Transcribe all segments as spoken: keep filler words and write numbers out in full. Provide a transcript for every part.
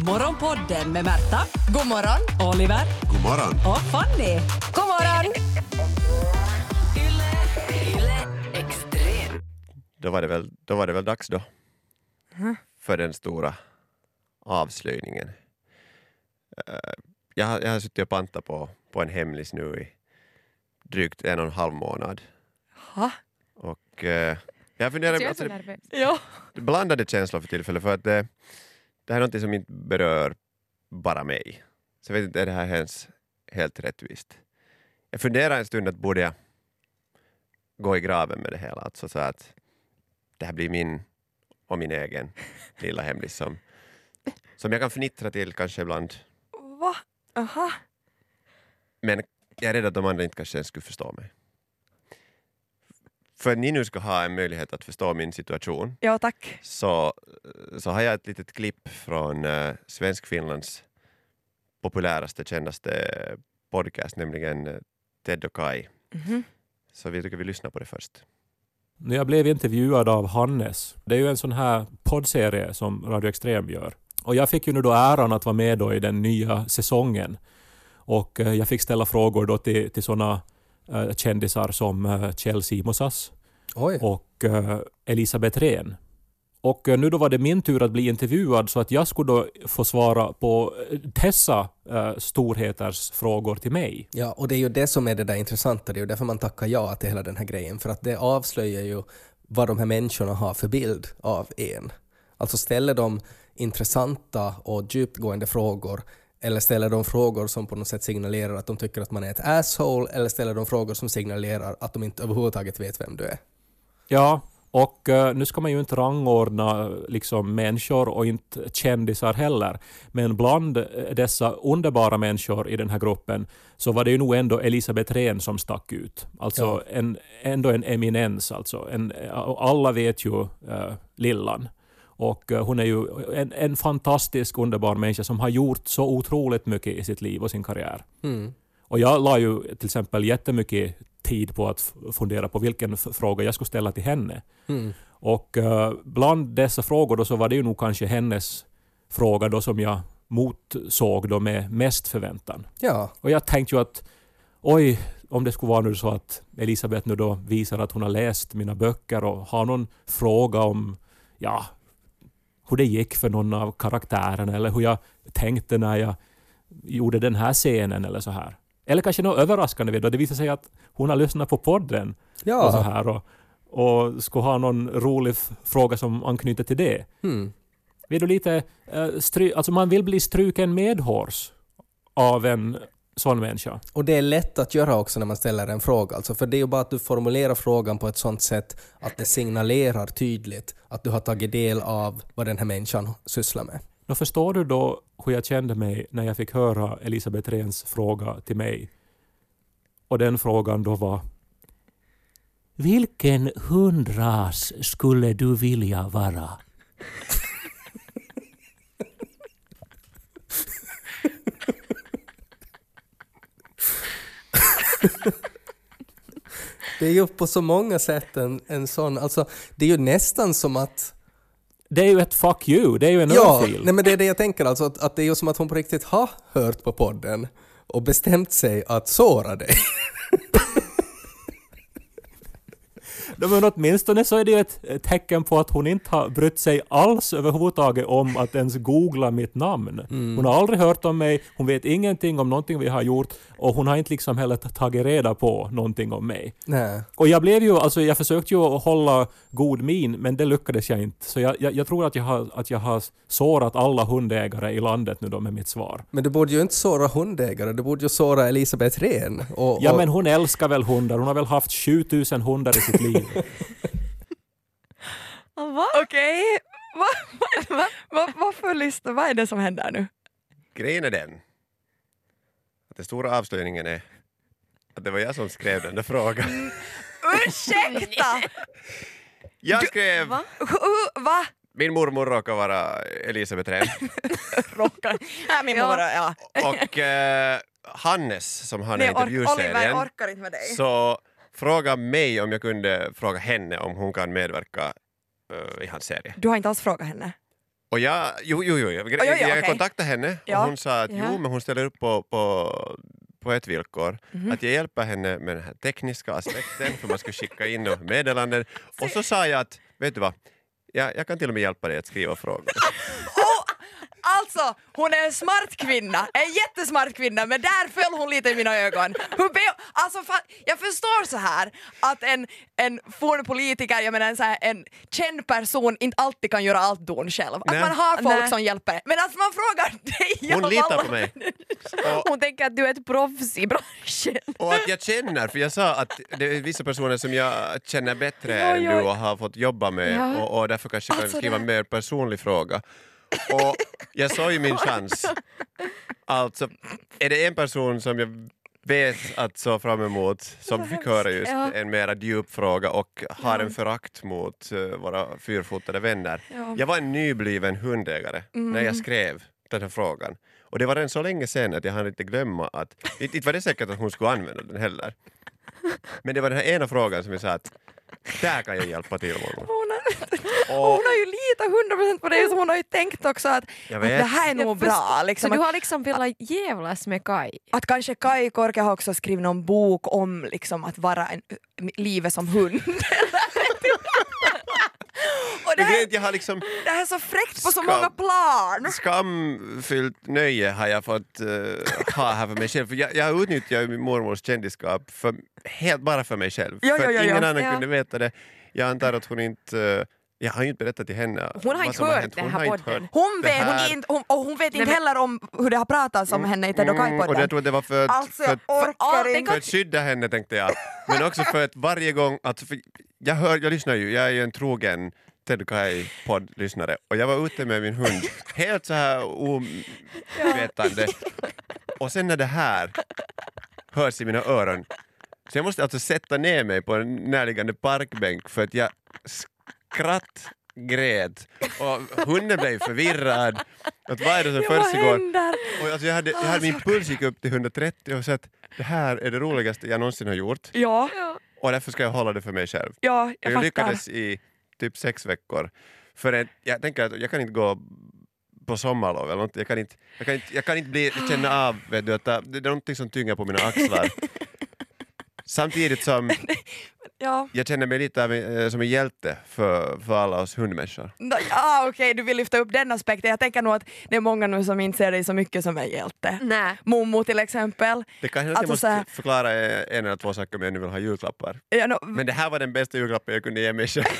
Morgonpodden med Märta. God morgon. Oliver. God morgon. Och Fanny. God morgon. Då var det väl, då var det väl dags då. Mm. För den stora avslöjningen. Uh, jag, har- jag har suttit och pantat på, på en hemlis nu i drygt en och en halv månad. Ha? Och uh, jag funderar... Jag är Alltså, så nervös. Ja. det är blandade känslor för tillfället, för att det, det här är något som inte berör bara mig. Så jag vet inte, är det här ens helt rättvist? Jag funderar en stund att borde jag gå i graven med det hela. Alltså så att det här blir min och min egen lilla hemlis som, som jag kan fnittra till kanske ibland. Va? Aha. Men jag är rädd att de andra inte kanske ens skulle förstå mig. För att ni nu ska ha en möjlighet att förstå min situation, Ja, tack. så, så har jag ett litet klipp från uh, Svensk-Finlands populäraste, kändaste podcast, nämligen uh, Ted och Kai. Mhm. Så vi tycker vi lyssnar på det först. När jag blev intervjuad av Hannes, det är ju en sån här poddserie som Radio Extrem gör. Och jag fick ju nu då äran att vara med då i den nya säsongen. Och eh, jag fick ställa frågor då till, till såna eh, kändisar som eh, Kjell Simonsas Oj. och eh, Elisabeth Rehn. Och eh, nu då var det min tur att bli intervjuad, så att jag skulle då få svara på eh, dessa eh, storheters frågor till mig. Ja, och det är ju det som är det där intressanta. Det är ju därför man tackar ja till hela den här grejen. För att det avslöjar ju vad de här människorna har för bild av en. Alltså ställer de intressanta och djupgående frågor, eller ställer de frågor som på något sätt signalerar att de tycker att man är ett asshole, eller ställer de frågor som signalerar att de inte överhuvudtaget vet vem du är. Ja, och uh, nu ska man ju inte rangordna liksom människor och inte kändisar heller. Men bland dessa underbara människor i den här gruppen så var det ju nog ändå Elisabeth Rehn som stack ut. Alltså Ja. en, ändå en eminens. Alltså. En, alla vet ju uh, Lillan. Och uh, hon är ju en, en fantastisk underbar människa som har gjort så otroligt mycket i sitt liv och sin karriär. Mm. Och jag la ju till exempel jättemycket tid på att f- fundera på vilken f- fråga jag skulle ställa till henne. Mm. Och uh, bland dessa frågor då så var det ju nog kanske hennes fråga då som jag motsåg då med mest förväntan. Ja, Och jag tänkte ju att oj, om det skulle vara nu så att Elisabeth nu då visar att hon har läst mina böcker och har någon fråga om ja, hur det gick för någon av karaktärerna eller hur jag tänkte när jag gjorde den här scenen eller så här. Eller kanske något överraskande vid då. Det visar sig att hon har lyssnat på podden ja. och så här och, och skulle ha någon rolig f- fråga som anknyter till det. Mm. Vill du lite uh, stry- alltså man vill bli struken medhårs av en sån människa. Och det är lätt att göra också när man ställer en fråga. Alltså för det är ju bara att du formulerar frågan på ett sånt sätt att det signalerar tydligt att du har tagit del av vad den här människan sysslar med. Då förstår du då hur jag kände mig när jag fick höra Elisabeth Rehns fråga till mig. Och den frågan då var: vilken hundras skulle du vilja vara? Det är ju på så många sätt en, en sån, alltså det är ju nästan som att Det är ju ett fuck you, det är ju en ja, örfil. nej men det är det jag tänker alltså, att, att det är ju som att hon på riktigt har hört på podden och bestämt sig att såra dig. Ja, men åtminstone så är det ju ett tecken på att hon inte har brytt sig alls överhuvudtaget om att ens googla mitt namn. Mm. Hon har aldrig hört om mig, hon vet ingenting om någonting vi har gjort och hon har inte liksom heller tagit reda på någonting om mig. Nej. Och jag blev ju, alltså jag försökte ju hålla god min, men det lyckades jag inte. Så jag, jag, jag tror att jag, har, att jag har sårat alla hundägare i landet nu då med mitt svar. Men du borde ju inte såra hundägare, du borde ju såra Elisabeth Rehn. Och, Ja, och, men hon älskar väl hundar, hon har väl haft sjutusen hundar i sitt liv. Va? Okej. Va? Va? Va? Va? Varför lyssna? Vad är det som händer nu? Grejen är den att den stora avslöjningen är att det var jag som skrev den där frågan. Ursäkta! Jag skrev... Va? Uh, va? Min mormor råkar vara Elisabeth Rehn. Rockar. Ja, min Ja. mormor, ja. Och eh, Hannes som har den Nej, här ork- Oliver intervjuserien, orkar inte med dig. så fråga mig om jag kunde fråga henne om hon kan medverka uh, i hans serie. Du har inte alls frågat henne. Och jag, jo, jo, jo, jag, jo, jo, jag okej. kontaktade henne Ja. och hon sa att Ja. jo, men hon ställer upp på, på, på ett villkor. Mhm. Att jag hjälper henne med den här tekniska aspekten för man ska skicka in och meddelanden. Och så sa jag att, vet du vad, jag, jag kan till och med hjälpa dig att skriva frågor. Alltså, hon är en smart kvinna, en jättesmart kvinna, men där föll hon lite i mina ögon. Hur be- alltså, fa- jag förstår så här att en, en forn politiker, jag menar en, så här, en känd person inte alltid kan göra allt don själv. Att Nej. man har folk Nej. som hjälper. Men att man frågar dig Hon av litar alla- på mig. Och, Hon tänker att du är ett proffs i branschen. och att jag känner, för jag sa att det är vissa personer som jag känner bättre Oj, än du oj. och har fått jobba med Ja. och, och därför kanske kan Alltså, skriva det- en mer personlig fråga. Och jag såg ju min chans. Alltså, är det en person som jag vet att så fram emot som fick höra just Ja. en mera djup fråga och har en förakt mot uh, våra fyrfotade vänner. Ja. Jag var en nybliven hundägare när jag skrev den här frågan. Och det var redan så länge sedan att jag hann inte glömma att, inte, inte var det säkert att hon skulle använda den heller. Men det var den här ena frågan som jag sa att där kan jag hjälpa till morgon. Hon har, Och hon har ju litat hundra procent på dig, så hon har ju tänkt också att, jag att vet. det här är nog bra. Liksom, Så du att, har liksom velat jävlas med Kai? att kanske Kai Korke har också skrivit någon bok om liksom, att vara en, livet som hund. Och det Men grejen är här, att jag har liksom det här är så fräckt på så Skam. många plan. skamfyllt nöje har jag fått uh, ha här för mig själv. För jag, jag utnyttjar ju min mormors kändisskap för, helt bara för mig själv. Ja, för ja, att ja, ingen ja. annan Ja. kunde veta det. Jag antar att hon inte... Uh, jag har ju inte berättat till henne Hon har vad inte som hört hänt. den Hon här har inte podden. hört Hon det vet, hon, här. är inte, hon, och hon vet inte men- heller om hur det har pratats om henne i Ted och Mm, och Kai-podden. jag tror att det var för att, Alltså för, jag att, orkar det inte. för att skydda henne tänkte jag. Men också för att varje gång... Alltså för jag, hör, jag lyssnar ju, jag är ju en trogen Ted och Kai-podd-lyssnare och jag var ute med min hund helt så här ovetande. Och sen när det här hörs i mina öron så jag måste alltså sätta ner mig på en närliggande parkbänk för att jag skratt grät och hunden blev förvirrad. Att vad är det som Vad försiggår? händer? Och alltså jag hade, jag hade min puls gick upp till hundratrettio och så att det här är det roligaste jag någonsin har gjort Ja, och därför ska jag hålla det för mig själv. ja, Och jag jag fattar. lyckades i typ sex veckor. För att jag tänker att jag kan inte gå på sommarlov eller något. Jag kan inte, jag kan inte, jag kan inte bli, känna av vet du, att det det är någonting som tynger på mina axlar. Samtidigt som Ja. jag känner mig lite av, en- eh, som en hjälte för, för alla oss hundmänniskor. No, ja, okej, du vill lyfta upp den aspekten. Jag tänker nog att det är många nu som inte ser dig så mycket som en hjälte. Nej. Mommo till exempel. Det kan hända att jag Alltså så måste här- förklara eh, en eller två saker om jag nu vill ha julklappar. Ja, no, Men det här var den bästa julklappen jag kunde ge mig själv.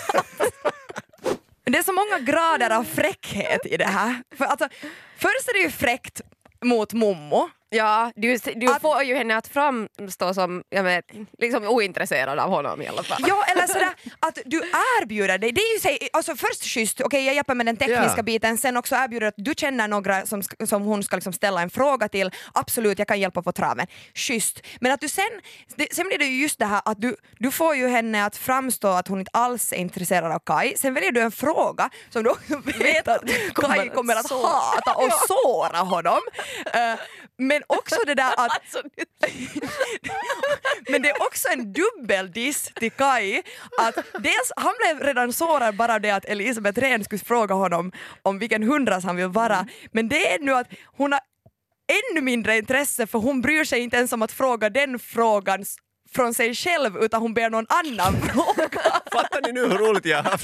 det är så många grader av fräckhet i det här. För, alltså, först är det ju fräckt mot Mommo. Ja, du, du Att- får ju henne att framstå som jag vet, liksom ointresserad av honom i alla fall. Ja, eller sådär att du erbjuder dig. Det är ju sig, alltså först schysst, okej jag hjälper med den tekniska Ja. biten, sen också erbjuder att du känner några som, sk- som hon ska liksom ställa en fråga till. Absolut, jag kan hjälpa på traven. Schysst. Men att du sen, det, sen blir det ju just det här att du, du får ju henne att framstå att hon inte alls är intresserad av Kai. Sen väljer du en fråga som du också vet att Kai kommer att såra. hata och såra honom. Uh, men också det där att Alltså, men det är också en dubbeldiss till Kai att dels, han blev redan sårad bara av det att Elisabeth Rehn skulle fråga honom om vilken hundras han vill vara, men det är nu att hon har ännu mindre intresse för hon bryr sig inte ens om att fråga den frågan s- från sig själv utan hon ber någon annan fråga. Fattar ni nu hur roligt jag har haft?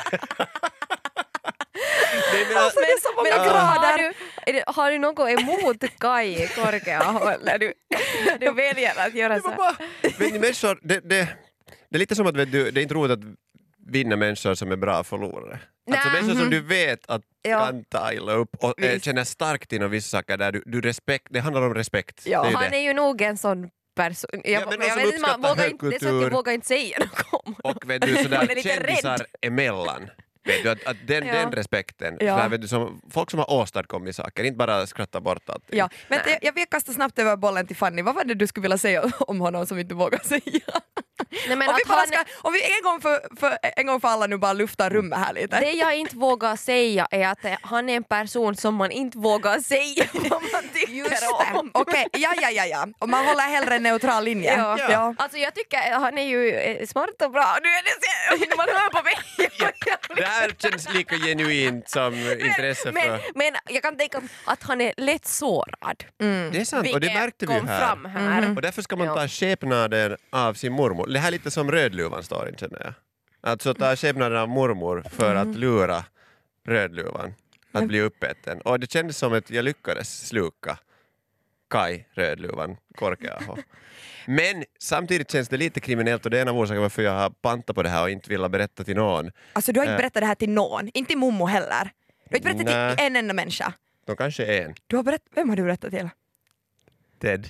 Nej, men, Alltså, det är så många men grader. har, du, är det, har du något emot Kai Korkeaho eller du, du väljer att göra det så var här? bara, vet ni, människor, det, det, det är lite som att vet du, det är inte roligt att vinna människor som är bra förlorare. Alltså Nej. människor som du vet att Ja. kan ta illa upp och eh, Visst. känner starkt inom vissa saker där du, du respekt, det handlar om respekt. Ja. Det är ju Han det. är ju nog en sån person. Jag, Ja, men någon jag som vet inte, man uppskattar vågar inte, det är så att högkultur. jag vågar inte säga något om. Och vet du, sådär Man är lite kändisar rädd. emellan. Vet du, att, att den, Ja. den respekten, Ja. sådär, vet du, som, folk som har åstadkommit saker, inte bara skratta bort allting. Ja, men Nej. jag, jag vill kasta snabbt över bollen till Fanny. Vad var det du skulle vilja säga om honom som inte vågar säga? Nej, men Om vi, att bara han, ska, om vi en, gång för, för, en gång för alla nu bara luftar rummet här lite. det jag inte vågar säga är att eh, han är en person som man inte vågar säga vad man tycker Just det. om. Okej, ja, ja, ja, ja. Och man håller hellre en neutral linje. Ja. Ja. Alltså jag tycker han är ju eh, smart och bra. Nu är det så, man hör på mig. Det här känns lika genuint som intresse men, för... men jag kan tänka att han är lätt sårad. Det är sant, och det Vilket märkte vi ju kom här. fram här. Och därför ska man Ja. ta skepnaden av sin mormor. Det här är lite som Rödluvan-storyn känner jag. Alltså ta skepnaden av mormor för att lura Rödluvan att bli uppäten. Och det kändes som att jag lyckades sluka Kai Rödluvan Korkeaho. Men samtidigt känns det lite kriminellt och det är en av orsakerna varför jag har pantat på det här och inte vill berätta till någon. Alltså du har inte Äh. berättat det här till någon, inte till mommo heller. Du har inte berättat Nä. till en enda människa. De kanske är en. Du har berättat, vem har du berättat till? Ted.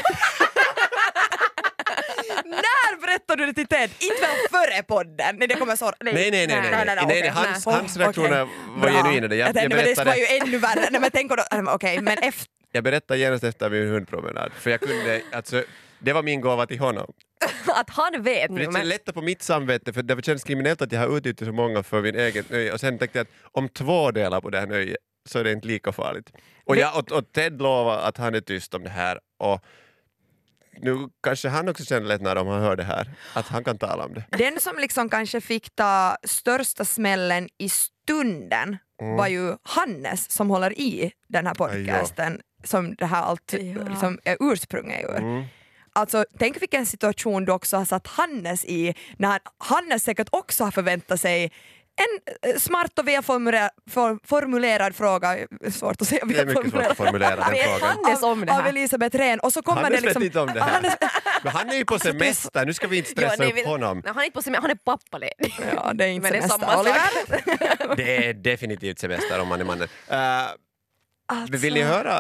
När berättade du det till Ted? Inte väl före podden? Nej, det kommer så... Nej, nej, nej. nej, nej, nej, nej, okej. hans, Nej. hans reaktioner Okej. var Bra. genuina. Jag, tänkte, jag, men det var berättade, ju ännu värre. Nej, men tänk då, okej, men efter... jag berättade genast efter min hundpromenad. För jag kunde, alltså, det var min gåva till honom. Att han vet För nu. det Men, lättade på mitt samvete för det känns kriminellt att jag har utnyttjat så många för min egen nöje. Och sen tänkte jag att om två delar på det här nöjet så är det inte lika farligt. Och, jag, och, och Ted lovar att han är tyst om det här. Och nu kanske han också känner lättnad om han hör det här. Att han kan tala om det. Den som liksom kanske fick ta största smällen i stunden Mm. var ju Hannes som håller i den här podcasten som det här allt Ja. liksom är ursprunget ur. Mm. Alltså tänk vilken situation du också har satt Hannes i när han, Hannes säkert också har förväntat sig en eh, smart och välformulerad for, formulerad fråga, svårt att säga Det är mycket svårt att formulera den Vet frågan. Hannes om det av här? Elisabeth Rehn och så kommer Hannes det liksom... vet inte om det här. Hannes, Men han är ju på semester, nu ska vi inte stressa nej, upp vi- honom. Nej, han är inte på semester, han är pappaledig. ja, det är inte Men det är semester, samma Oliver. Det är definitivt semester om man är mannen. Uh, Alltså, Vill ni höra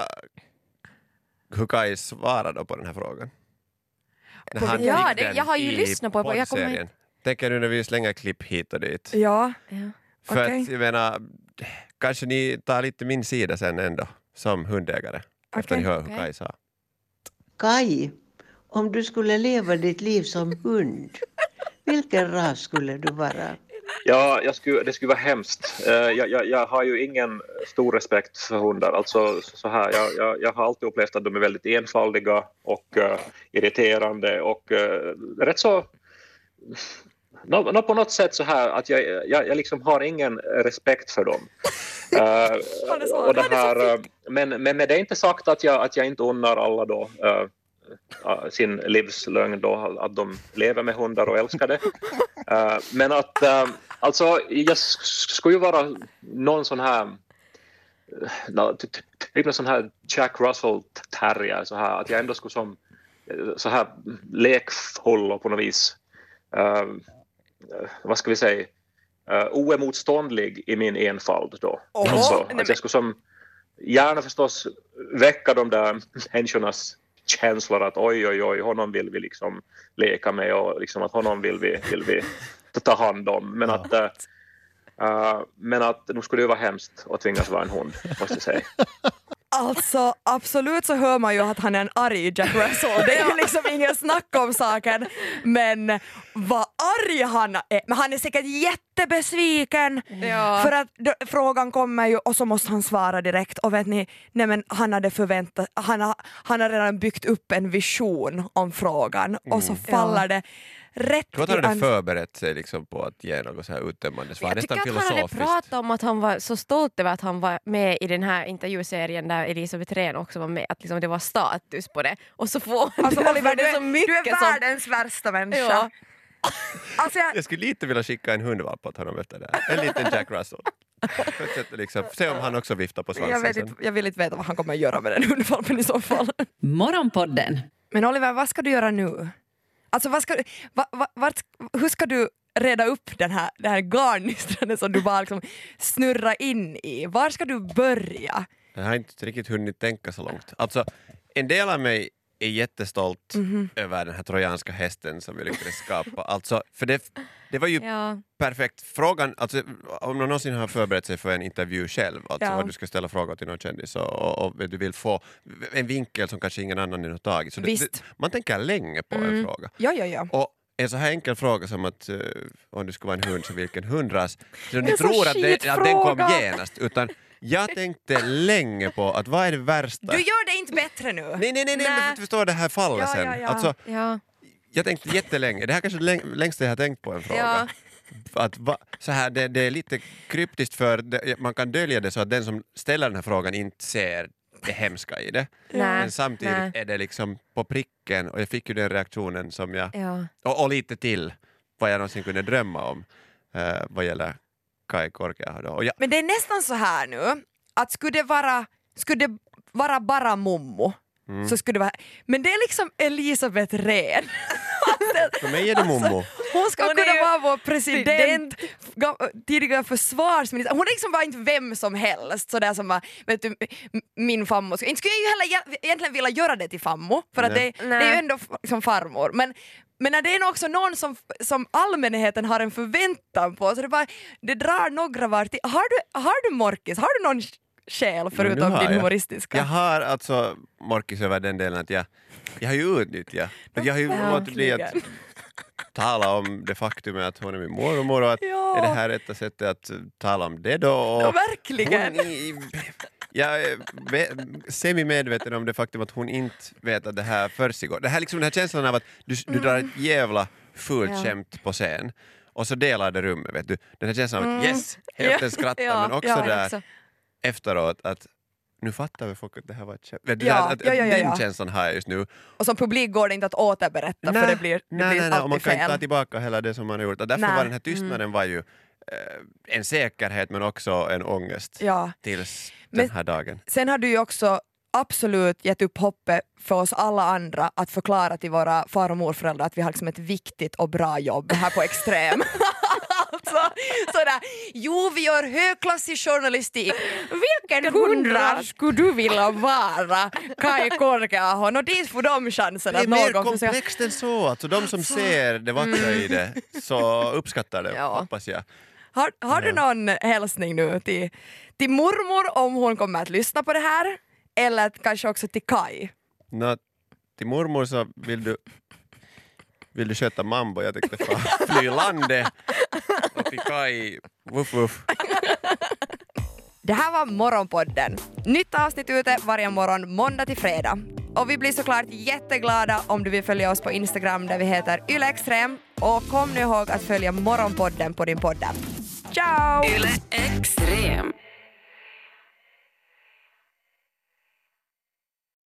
hur Kai svarade på den här frågan? När På han vilken- Ja, fick det- den jag har ju i lyssnat på det, och jag kommer poddserien. Tänker nu när vi slänger klipp hit och dit. Ja, Ja. För okej. att jag menar, kanske ni tar lite min sida sen ändå, som hundägare. Efter Okej. ni hör hur Okej. Kai sa. Kai, om du skulle leva ditt liv som hund, vilken ras skulle du vara? Ja, jag skulle, det skulle vara hemskt. Eh, Jag, jag, jag har ju ingen stor respekt för hundar. Alltså, så här, jag, jag, jag har alltid upplevt att de är väldigt enfaldiga och uh, irriterande och uh, rätt så... No, no, på något sätt så här att jag, jag, jag liksom har ingen respekt för dem. Uh, och det här, uh, men, men med det är inte sagt att jag, att jag inte unnar alla då uh, uh, sin livslögn då, att de lever med hundar och älskar det. Uh, men att uh, alltså jag skulle ju vara någon sån här uh, typ en sån här Jack Russell terrier så här att jag ändå skulle som så här lekfull och på något vis uh, vad ska vi säga uh, oemotståndlig i min enfald då. Oho, Alltså, nej, att jag skulle som gärna förstås väcka de där människornas känslor att oj oj oj honom vill vi liksom leka med och liksom att honom vill vi, vill vi ta hand om men att uh, uh, men att nu skulle det vara hemskt att tvingas vara en hund måste jag säga. Alltså absolut så hör man ju att han är en arg Jack Russell. Det är ju liksom ingen snack om saken. Men vad arg han är. Men han är säkert jättebesviken. Ja. För att d- frågan kommer ju och så måste han svara direkt. Och vet ni, nej men han hade förväntat, han har, han har redan byggt upp en vision om frågan. Och så faller det rätt Jag tror att han i hade ans- förberett sig liksom på att ge något så här uttömmande svar. Jag tycker Nästan att han hade filosofiskt. pratat om att han var så stolt över att han var med i den här intervjuserien där Elisabeth Rehn också var med. Att liksom det var status på det. Och så får Alltså därför Oliver, det du är, så du mycket är som... världens värsta människa. Ja. Alltså jag, Jag skulle lite vilja skicka en hundvalp åt honom efter det här. En liten Jack Russell. För att sätta liksom, se om han också viftar på svansen. jag, vet sen. inte, jag vill inte veta vad han kommer att göra med den hundvalpen i så fall. Morgonpodden. Men Oliver, vad ska du göra nu? Alltså, vad ska, va, va, vart, hur ska du reda upp den här, det här garnnystrandet som du bara liksom snurrar in i? Var ska du börja? Jag har inte riktigt hunnit tänka så långt. Alltså, en del av mig är jättestolt Mhm. över den här trojanska hästen som vi lyckades skapa. Alltså, för det, det var ju Ja. perfekt. Frågan, alltså, om någon någonsin har förberett sig för en intervju själv, alltså Ja. vad du ska ställa frågor till någon kändis och, och, och du vill få en vinkel som kanske ingen annan har tagit. Så det, Visst. det, man tänker länge på en fråga. Ja, ja, ja. Och en så här enkel fråga som att uh, om du skulle vara en hund så vilken hundras. Så ni är så tror att, det, att den kom skitfråga. genast, utan jag tänkte länge på att vad är det värsta? Du gör det inte bättre nu. Nej, nej, nej, nej, Nej. men för att förstå det här fallet Ja, sen. ja, ja. Alltså, Ja. jag tänkte jättelänge, det här kanske är läng- längsta jag har tänkt på en fråga. Ja. Att va, så här, det, det är lite kryptiskt för det, man kan dölja det så att den som ställer den här frågan inte ser det hemska i det. Nej, Men samtidigt nej. är det liksom på pricken och jag fick ju den reaktionen som jag, Ja. och, och lite till vad jag någonsin kunde drömma om uh, vad gäller Kai Korkeaho. Och jag, Men det är nästan så här nu att skulle det vara, skulle det vara bara Mommo Mm. så skulle det vara... Men det är liksom Elisabeth Rehn. för mig är det Mommo. Hon ska Hon är kunna ju vara vår president, ga- tidigare försvarsminister. Hon är liksom bara inte vem som helst. Sådär som bara, vet du, m- min farmor. Inte skulle jag ju heller ge- egentligen vilja göra det till farmor, för att det, Nej. det är ju ändå f- som farmor. Men, men när det är också någon som, som allmänheten har en förväntan på, så det, bara, det drar några var till. Har du, har du Morkis? Har du någon själ förutom Men nu har din jag. humoristiska? Jag har alltså Morkis över den delen att jag, jag har ju utnyttjat. Jag har ju låtit bli att tala om det faktum att hon är min mormor och att Ja. är det här rätta sättet att tala om det då? Och Ja, verkligen. hon i- jag är ve- semi-medveten om det faktum att hon inte vet att det här försiggår. Det här liksom den här känslan av att du, du drar ett jävla fult Ja. skämt på scen och så delar det rummet, vet du. Den här känslan av att yes, hälften skrattar, Ja, men också ja, där också. efteråt att nu fattar vi folk att det här var ett skämt. Vet du, Ja, att, att, ja, ja, ja, den ja. känslan har jag just nu. Och som publik går det inte att återberätta för det blir, det nej, blir nej, nej, och man alltid kan inte ta fel. tillbaka hela det som man har gjort. Och därför Nej. var den här tystnaden var ju eh, en säkerhet men också en ångest Ja. tills Men- den här dagen. Sen har du ju också absolut gett upp hoppet för oss alla andra att förklara till våra far- och morföräldrar att vi har liksom ett viktigt och bra jobb här på Extrem. Alltså, sådär, jo vi gör högklassig journalistik. Vilken hundra skulle du vilja vara? Kai Korkeaho? Och dit får de chansen Det är att mer någon får säga, komplext än så. Alltså, de som ser det vackra i det så uppskattar det, Ja. hoppas jag. har, har du någon hälsning nu till, till mormor om hon kommer att lyssna på det här? Eller kanske också till Kai? Nå, till mormor så vill du vill du köta mambo? Jag tänkte fan fly landet och till Kai, wuff wuff. Det här var Morgonpodden. Nytt avsnitt ute varje morgon måndag till fredag. Och vi blir såklart jätteglada om du vill följa oss på Instagram där vi heter Yle Extrem. Och kom nu ihåg att följa Morgonpodden på din podd. Ciao! Yle Extrem.